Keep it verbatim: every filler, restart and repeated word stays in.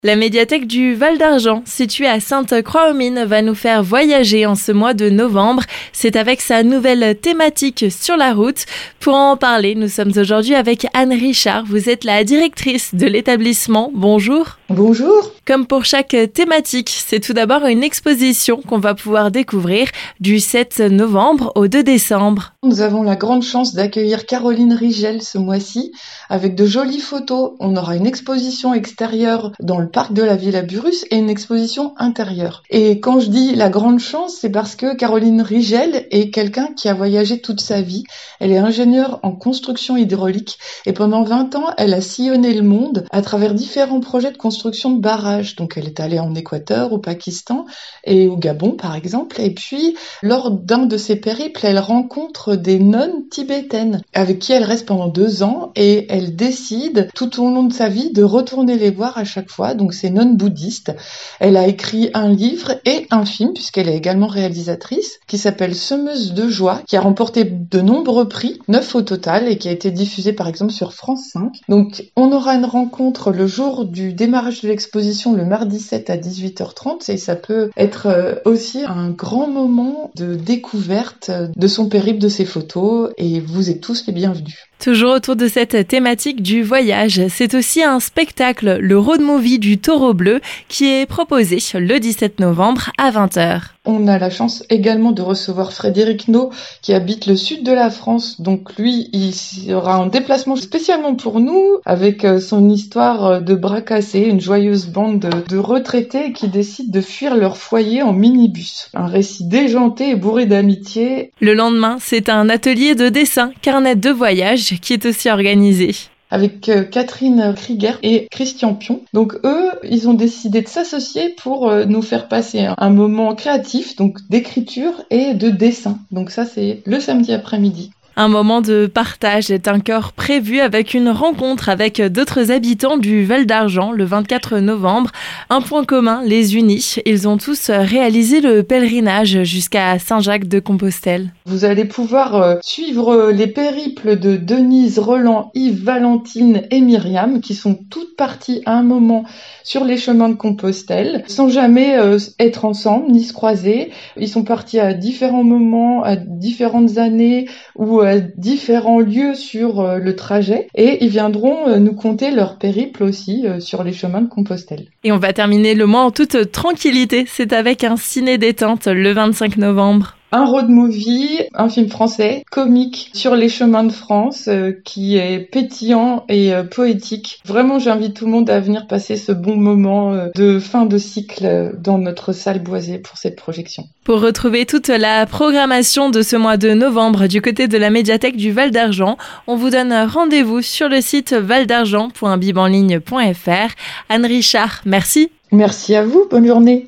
La médiathèque du Val d'Argent, située à Sainte-Croix-aux-Mines, va nous faire voyager en ce mois de novembre. C'est avec sa nouvelle thématique sur la route. Pour en parler, nous sommes aujourd'hui avec Anne Richard. Vous êtes la directrice de l'établissement. Bonjour. Bonjour. Comme pour chaque thématique, c'est tout d'abord une exposition qu'on va pouvoir découvrir du sept novembre au deux décembre. Nous avons la grande chance d'accueillir Caroline Rigel ce mois-ci avec de jolies photos. On aura une exposition extérieure dans le parc de la Villa Burrus et une exposition intérieure. Et quand je dis la grande chance, c'est parce que Caroline Rigel est quelqu'un qui a voyagé toute sa vie. Elle est ingénieure en construction hydraulique et pendant vingt ans, elle a sillonné le monde à travers différents projets de construction de barrages. Donc elle est allée en Équateur, au Pakistan et au Gabon par exemple. Et puis, lors d'un de ses périples, elle rencontre des nonnes tibétaines avec qui elle reste pendant deux ans et elle décide tout au long de sa vie de retourner les voir à chaque fois. Donc ces nonnes bouddhistes. Elle a écrit un livre et un film, puisqu'elle est également réalisatrice, qui s'appelle Semeuse de joie, qui a remporté de nombreux prix, neuf au total, et qui a été diffusé par exemple sur France cinq. Donc on aura une rencontre le jour du démarrage de l'exposition, le mardi sept à dix-huit heures trente, et ça peut être aussi un grand moment de découverte de son périple, de ses photos, et vous êtes tous les bienvenus. Toujours autour de cette thématique du voyage, c'est aussi un spectacle, le road movie du Taureau Bleu, qui est proposé le dix-sept novembre à vingt heures. On a la chance également de recevoir Frédéric Naud, qui habite le sud de la France. Donc lui, il sera en déplacement spécialement pour nous, avec son histoire de bras cassés, une joyeuse bande de, de retraités qui décident de fuir leur foyer en minibus. Un récit déjanté et bourré d'amitié. Le lendemain, c'est un atelier de dessin, carnet de voyage, qui est aussi organisé. Avec euh, Catherine Krieger et Christian Pion. Donc eux, ils ont décidé de s'associer pour euh, nous faire passer un, un moment créatif, donc d'écriture et de dessin. Donc ça, c'est le samedi après-midi. Un moment de partage est encore prévu avec une rencontre avec d'autres habitants du Val d'Argent le vingt-quatre novembre. Un point commun les unit, ils ont tous réalisé le pèlerinage jusqu'à Saint-Jacques-de-Compostelle. Vous allez pouvoir suivre les périples de Denise, Roland, Yves, Valentine et Myriam qui sont toutes parties à un moment sur les chemins de Compostelle sans jamais être ensemble ni se croiser. Ils sont partis à différents moments, à différentes années ou à différents lieux sur le trajet et ils viendront nous conter leur périple aussi sur les chemins de Compostelle. Et on va terminer le mois en toute tranquillité, c'est avec un ciné détente le vingt-cinq novembre. Un road movie, un film français, comique, sur les chemins de France, euh, qui est pétillant et euh, poétique. Vraiment, j'invite tout le monde à venir passer ce bon moment euh, de fin de cycle euh, dans notre salle boisée pour cette projection. Pour retrouver toute la programmation de ce mois de novembre du côté de la médiathèque du Val d'Argent, on vous donne rendez-vous sur le site val d'argent point bib en ligne point f r. Anne Richard, merci. Merci à vous, bonne journée.